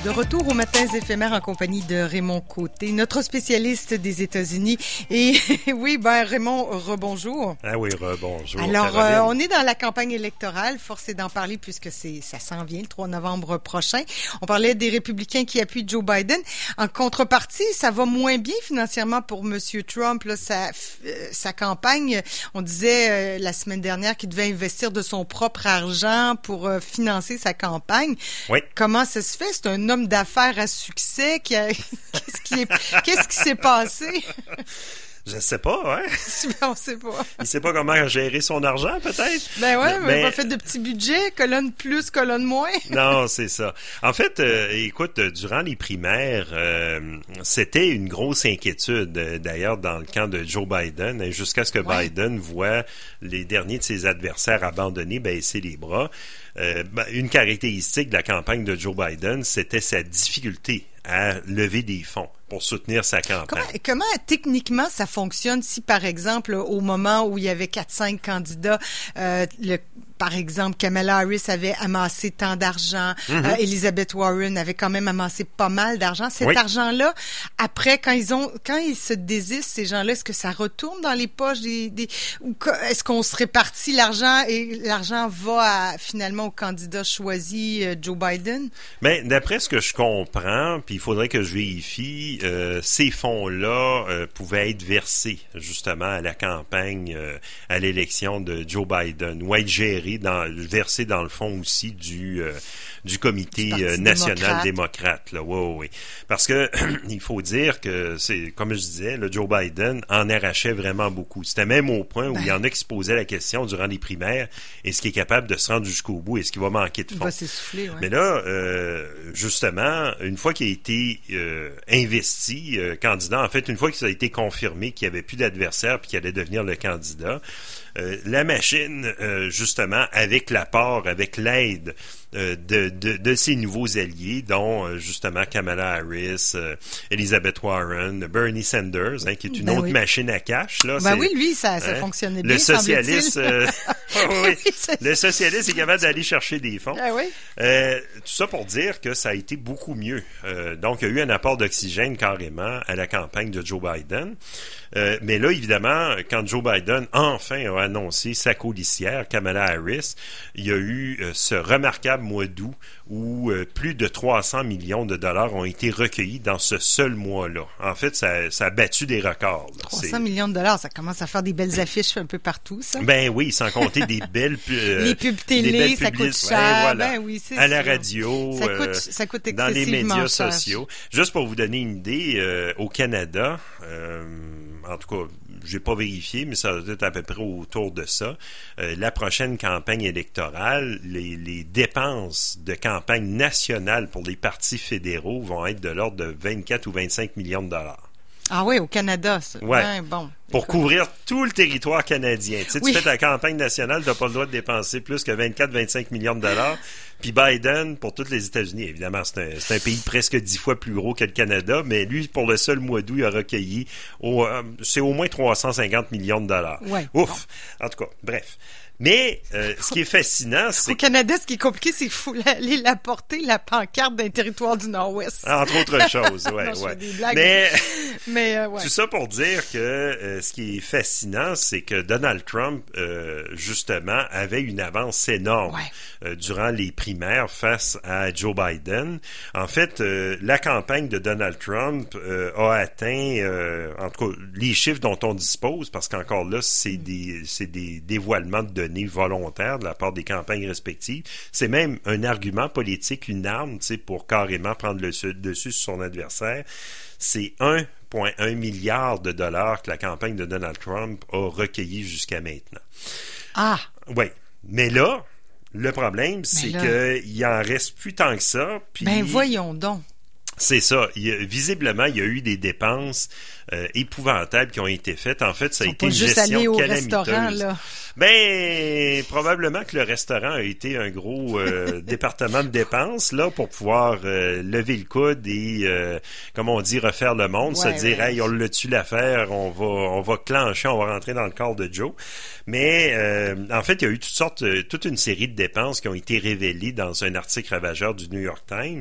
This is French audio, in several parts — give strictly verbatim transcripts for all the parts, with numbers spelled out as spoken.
De retour aux matins éphémères en compagnie de Raymond Côté, notre spécialiste des États-Unis. Et oui, ben Raymond, rebonjour. Ah oui, rebonjour. Alors, euh, on est dans la campagne électorale, force est d'en parler puisque c'est ça s'en vient le trois novembre prochain. On parlait des républicains qui appuient Joe Biden. En contrepartie, ça va moins bien financièrement pour Monsieur Trump. Là, sa, euh, sa campagne, on disait euh, la semaine dernière qu'il devait investir de son propre argent pour euh, financer sa campagne. Oui. Comment ça se fait? C'est un homme d'affaires à succès. Qui a... Qu'est-ce qui est... Qu'est-ce qui s'est passé? Je sais pas, hein? On sait pas. Il sait pas comment gérer son argent, peut-être? Ben ouais, mais il a pas fait de petits budgets, colonne plus, colonne moins. Non, c'est ça. En fait, euh, écoute, durant les primaires, euh, c'était une grosse inquiétude, d'ailleurs, dans le camp de Joe Biden, jusqu'à ce que ouais. Biden voit les derniers de ses adversaires abandonner, baisser les bras. Euh, une caractéristique de la campagne de Joe Biden, c'était sa difficulté à lever des fonds pour soutenir sa campagne. Comment, comment techniquement ça fonctionne si, par exemple, au moment où il y avait quatre cinq candidats, euh, le par exemple, Kamala Harris avait amassé tant d'argent, mm-hmm. euh, Elizabeth Warren avait quand même amassé pas mal d'argent. Cet oui. argent-là, après, quand ils ont, quand ils se désistent, ces gens-là, est-ce que ça retourne dans les poches des, des ou est-ce qu'on se répartit l'argent et l'argent va à, finalement au candidat choisi, euh, Joe Biden? Mais d'après ce que je comprends, puis il faudrait que je vérifie, euh, ces fonds-là euh, pouvaient être versés justement à la campagne, euh, à l'élection de Joe Biden, ou être gérés Dans, versé dans le fond aussi du euh, du comité du euh, national démocrate, démocrate là, ouais, ouais. Parce que il faut dire que c'est comme je disais, le Joe Biden en arrachait vraiment beaucoup. C'était même au point où ben. il y en a qui se posaient la question durant les primaires, est-ce qu'il est capable de se rendre jusqu'au bout, est-ce qu'il va manquer de fonds? Il va s'essouffler, ouais. Mais là, euh, justement, une fois qu'il a été euh, investi euh, candidat, en fait, une fois qu'il a été confirmé qu'il n'y avait plus d'adversaire puis qu'il allait devenir le candidat, Euh, la machine, euh, justement, avec l'apport, avec l'aide euh, de, de, de ses nouveaux alliés, dont, euh, justement, Kamala Harris, euh, Elizabeth Warren, Bernie Sanders, hein, qui est une ben autre oui. machine à cash. Là, ben oui, lui, ça, ça hein, fonctionnait bien, le socialiste, euh, oui, oui, le socialiste est capable d'aller chercher des fonds. Ah oui. Euh, tout ça pour dire que ça a été beaucoup mieux. Euh, donc, il y a eu un apport d'oxygène carrément à la campagne de Joe Biden. Euh, mais là, évidemment, quand Joe Biden enfin a annoncé sa colistière, Kamala Harris, il y a eu euh, ce remarquable mois d'août où euh, plus de trois cents millions de dollars ont été recueillis dans ce seul mois-là. En fait, ça, ça a battu des records. Là. trois cents C'est... millions de dollars, ça commence à faire des belles affiches un peu partout, ça? Ben oui, sans compter des belles... Euh, Les pubs télé, ça coûte cher. Ouais, voilà. Ben oui, c'est à ça. la radio, ça coûte, euh, ça coûte dans les médias cher. sociaux. Juste pour vous donner une idée, euh, au Canada... Euh, en tout cas, j'ai pas vérifié, mais ça doit être à peu près autour de ça. Euh, la prochaine campagne électorale, les, les dépenses de campagne nationale pour les partis fédéraux vont être de l'ordre de vingt-quatre ou vingt-cinq millions de dollars. Ah oui, au Canada, ça. Ouais. ouais bon. Pour couvrir tout le territoire canadien. Tu sais, oui. tu fais ta campagne nationale, tu n'as pas le droit de dépenser plus que vingt-quatre à vingt-cinq millions de dollars. Puis Biden, pour tous les États-Unis, évidemment, c'est un, c'est un pays presque dix fois plus gros que le Canada, mais lui, pour le seul mois d'août, il a recueilli, au, euh, c'est au moins trois cent cinquante millions de dollars. Ouais, Ouf! Bon. En tout cas, bref. Mais euh, ce qui est fascinant, c'est... Au Canada, ce qui est compliqué, c'est qu'il faut aller la porter, la pancarte d'un territoire du Nord-Ouest. Entre autres choses, ouais, non, ouais. Des blagues, mais mais euh, ouais. Tout ça pour dire que euh, ce qui est fascinant, c'est que Donald Trump, euh, justement, avait une avance énorme ouais. euh, durant les primaires face à Joe Biden. En fait, euh, la campagne de Donald Trump euh, a atteint, euh, en tout cas, les chiffres dont on dispose, parce qu'encore là, c'est mm. des, c'est des dévoilements de données volontaires de la part des campagnes respectives. C'est même un argument politique, une arme, tu sais, pour carrément prendre le dessus sur son adversaire. C'est un virgule un milliard de dollars que la campagne de Donald Trump a recueilli jusqu'à maintenant. Ah! Oui. Mais là, le problème, c'est là... qu'il en reste plus tant que ça. Puis... Ben voyons donc. C'est ça. Il y a, visiblement, il y a eu des dépenses euh, épouvantables qui ont été faites. En fait, ça a été une gestion calamiteuse. Là. Ben, probablement que le restaurant a été un gros euh, département de dépenses là pour pouvoir euh, lever le coude et, euh, comme on dit, refaire le monde, ouais, se dire, ouais. Hey, on l'a tu l'affaire, on va, on va clencher, on va rentrer dans le corps de Joe. Mais euh, en fait, il y a eu toutes sortes, toute une série de dépenses qui ont été révélées dans un article ravageur du New York Times.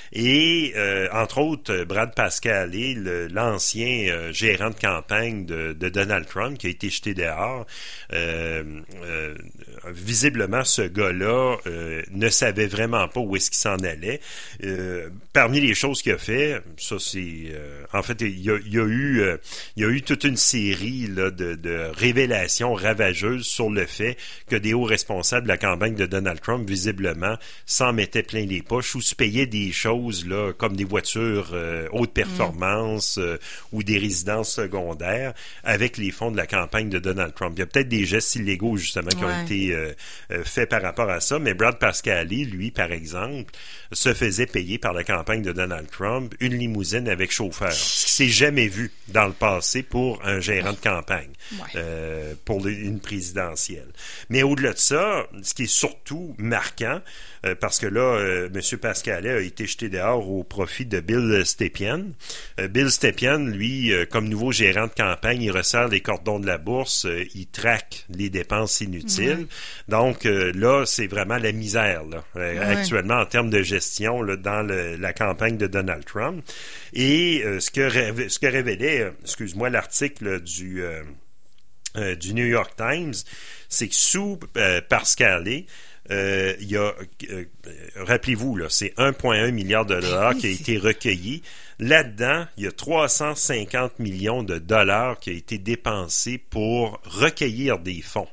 Et euh, entre autres, Brad Pascali, le, l'ancien euh, gérant de campagne de, de Donald Trump, qui a été jeté dehors. Euh, euh, visiblement, ce gars-là euh, ne savait vraiment pas où est-ce qu'il s'en allait. Euh, parmi les choses qu'il a fait, ça c'est, euh, en fait, il y a, il y a eu, euh, il y a eu toute une série là, de, de révélations ravageuses sur le fait que des hauts responsables de la campagne de Donald Trump, visiblement, s'en mettaient plein les poches ou se payaient des choses là, comme des voitures euh, haute performance mmh. euh, ou des résidences secondaires avec les fonds de la campagne de Donald Trump. Il y a peut-être des gestes illégaux, justement, qui ouais. ont été euh, euh, faits par rapport à ça, mais Brad Pascali, lui, par exemple, se faisait payer par la campagne de Donald Trump une limousine avec chauffeur, ce qui s'est jamais vu dans le passé pour un gérant ouais. de campagne, ouais. euh, pour une présidentielle. Mais au-delà de ça, ce qui est surtout marquant, euh, parce que là, euh, M. Pascali a été jeté dehors au profit de Bill Stepien. Euh, Bill Stepien, lui, euh, comme nouveau gérant de campagne, il resserre les cordons de la bourse, euh, il traque les dépenses inutiles. Mmh. Donc euh, là, c'est vraiment la misère là, euh, mmh. actuellement en termes de gestion là, dans le, la campagne de Donald Trump. Et euh, ce que rév- ce que révélait, euh, excuse-moi, l'article du euh, euh, du New York Times, c'est que sous euh, Pascali, Euh, il y a, euh, rappelez-vous, là, c'est un virgule un milliard de dollars qui a été recueilli. Là-dedans, il y a trois cent cinquante millions de dollars qui a été dépensé pour recueillir des fonds.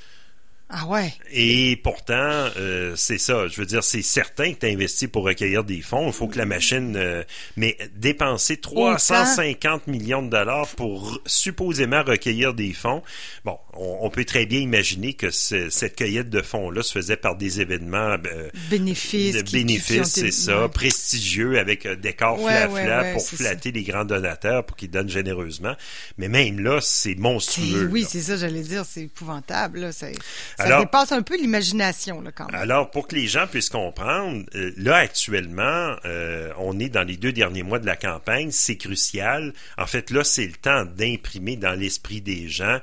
Ah ouais. Et pourtant, euh, c'est ça. Je veux dire, c'est certain que tu as investi pour recueillir des fonds. Il faut que la machine... Euh, mais dépenser trois cent cinquante millions de dollars pour r- supposément recueillir des fonds, bon, on, on peut très bien imaginer que ce, cette cueillette de fonds-là se faisait par des événements... Euh, bénéfices. De qui, bénéfices, qui, qui c'est ça. Ouais. Prestigieux, avec un décor ouais, fla-fla ouais, ouais, pour flatter ça. Les grands donateurs, pour qu'ils donnent généreusement. Mais même là, c'est monstrueux. C'est, oui, là. c'est ça, j'allais dire. C'est épouvantable. Là. C'est, ça alors, dépasse un peu l'imagination, là, quand même. Alors, pour que les gens puissent comprendre, euh, là, actuellement, euh, on est dans les deux derniers mois de la campagne. C'est crucial. En fait, là, c'est le temps d'imprimer dans l'esprit des gens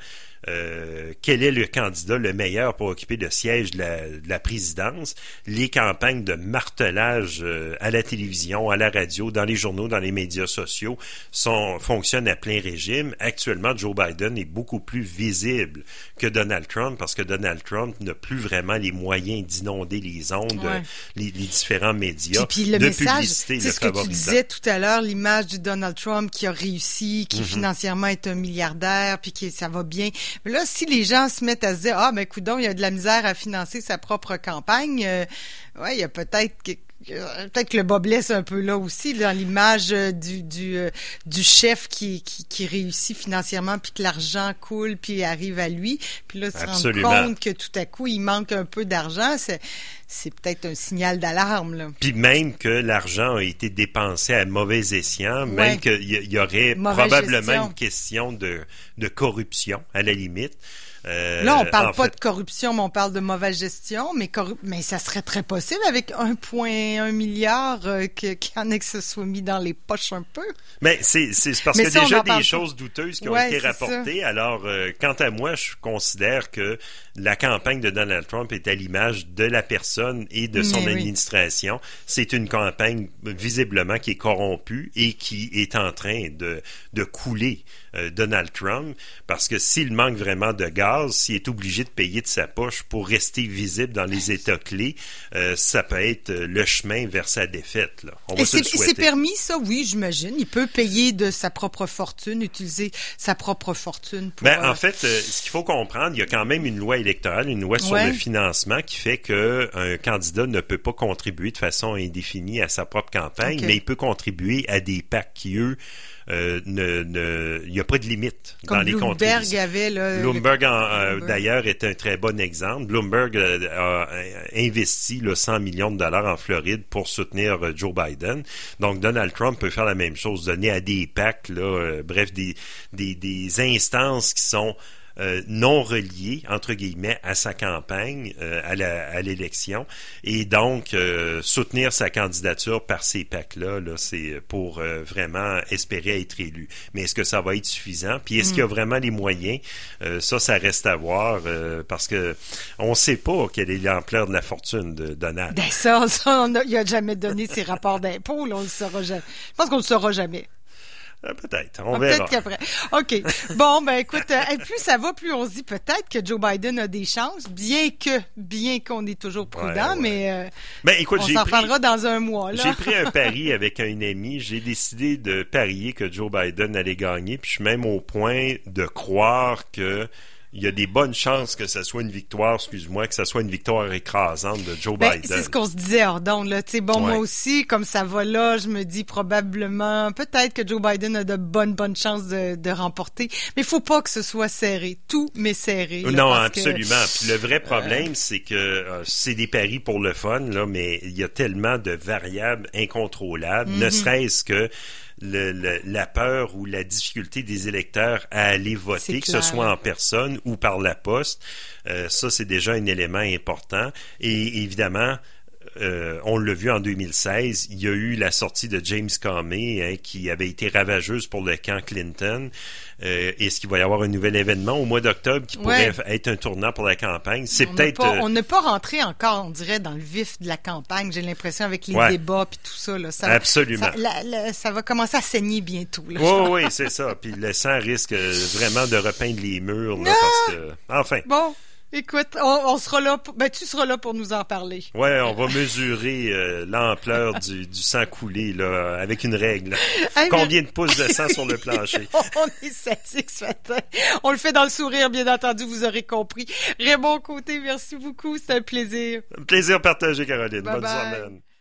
Euh, quel est le candidat le meilleur pour occuper le siège de la, de la présidence. Les campagnes de martelage euh, à la télévision, à la radio, dans les journaux, dans les médias sociaux sont, fonctionnent à plein régime. Actuellement, Joe Biden est beaucoup plus visible que Donald Trump parce que Donald Trump n'a plus vraiment les moyens d'inonder les ondes, ouais. les, les différents médias puis, puis le de message, publicité. C'est ce que tu disais tout à l'heure, l'image du Donald Trump qui a réussi, qui mm-hmm. financièrement est un milliardaire, puis que ça va bien. Mais là, si les gens se mettent à se dire « Ah, ben coudonc, il y a de la misère à financer sa propre campagne euh, », ouais, il y a peut-être... Que, peut-être que le bas blesse un peu là aussi, dans l'image du du, euh, du chef qui, qui, qui réussit financièrement, puis que l'argent coule, puis arrive à lui. Puis là, tu te rends compte que tout à coup, il manque un peu d'argent. C'est, c'est peut-être un signal d'alarme, là. Puis même que l'argent a été dépensé à mauvais escient, même ouais. qu'il y, y aurait Mauvaise probablement gestion. Une question de, de corruption, à la limite. Euh, Là, on parle pas fait... de corruption, mais on parle de mauvaise gestion. Mais, corru... mais ça serait très possible avec un virgule un milliard euh, que, qu'il y en ait que ce soit mis dans les poches un peu. Mais c'est, c'est parce mais qu'il y a déjà des choses pas. douteuses qui ouais, ont été rapportées. Ça. Alors, euh, quant à moi, je considère que la campagne de Donald Trump est à l'image de la personne et de son mais administration. Oui. C'est une campagne visiblement qui est corrompue et qui est en train de, de couler euh, Donald Trump parce que s'il manque vraiment de gaz, s'il est obligé de payer de sa poche pour rester visible dans les États clés, euh, ça peut être le chemin vers sa défaite. Là. On va et se c'est, le souhaiter. C'est permis, ça, oui, j'imagine. Il peut payer de sa propre fortune, utiliser sa propre fortune. Pour, ben, euh... En fait, euh, ce qu'il faut comprendre, il y a quand même une loi électorale, une loi sur ouais. le financement qui fait qu'un candidat ne peut pas contribuer de façon indéfinie à sa propre campagne, okay. mais il peut contribuer à des PAC qui, eux, Euh, ne, ne, il n'y a pas de limite Comme dans les Bloomberg contributions. avait là, Bloomberg, le... en, euh, d'ailleurs, est un très bon exemple. Bloomberg euh, a investi là, cent millions de dollars en Floride pour soutenir euh, Joe Biden. Donc, Donald Trump peut faire la même chose, donner à des PAC, là, euh, bref, des, des, des instances qui sont euh, non reliés, entre guillemets, à sa campagne, euh, à, la, à l'élection. Et donc, euh, soutenir sa candidature par ces P A C-là, là, c'est pour euh, vraiment espérer être élu. Mais est-ce que ça va être suffisant? Puis est-ce mm. qu'il y a vraiment les moyens? Euh, ça, ça reste à voir euh, parce que on ne sait pas quelle est l'ampleur de la fortune de Donald. Ben ça, ça on a, il n'a jamais donné ses rapports d'impôts. Là, on le saura jamais. Je pense qu'on ne le saura jamais. Peut-être, on ah, verra. Peut-être qu'après. OK. Bon, ben écoute, euh, plus ça va, plus on se dit peut-être que Joe Biden a des chances, bien que, bien qu'on est toujours prudent, ouais, ouais. mais euh, ben, écoute, on j'ai s'en pris, reparlera dans un mois. Là. J'ai pris un pari avec un ami. J'ai décidé de parier que Joe Biden allait gagner, puis je suis même au point de croire que il y a des bonnes chances que ça soit une victoire, excuse-moi, que ça soit une victoire écrasante de Joe ben, Biden. C'est ce qu'on se disait, Ordon, là. Tu sais, bon, ouais. moi aussi, comme ça va là, je me dis probablement, peut-être que Joe Biden a de bonnes, bonnes chances de, de remporter. Mais il faut pas que ce soit serré. Tout mais serré. Là, non, parce absolument. Que, Puis le vrai problème, euh... c'est que euh, c'est des paris pour le fun, là, mais il y a tellement de variables incontrôlables, mm-hmm. ne serait-ce que Le, le, la peur ou la difficulté des électeurs à aller voter, que ce soit en personne ou par la poste. Euh, ça, c'est déjà un élément important. Et évidemment, euh, on l'a vu en deux mille seize, il y a eu la sortie de James Comey hein, qui avait été ravageuse pour le camp Clinton. Euh, est-ce qu'il va y avoir un nouvel événement au mois d'octobre qui pourrait ouais. être un tournant pour la campagne? C'est on peut-être... Pas, euh... On n'est pas rentré encore, on dirait, dans le vif de la campagne. J'ai l'impression avec les ouais. débats puis tout ça. Là, ça Absolument. Ça, la, la, ça va commencer à saigner bientôt. Là, oui, oui, c'est ça. Puis le sang risque vraiment de repeindre les murs. Là, parce que... Enfin. Bon. Écoute, on, on sera là, pour, ben tu seras là pour nous en parler. Ouais, on va mesurer euh, l'ampleur du, du sang coulé là, avec une règle. Hey, Combien mais... de pouces de sang sur le plancher? On est sadique ce matin. On le fait dans le sourire, bien entendu, vous aurez compris. Raymond Côté, merci beaucoup, c'était un plaisir. Un plaisir partagé, Caroline. Bye Bonne bye. semaine.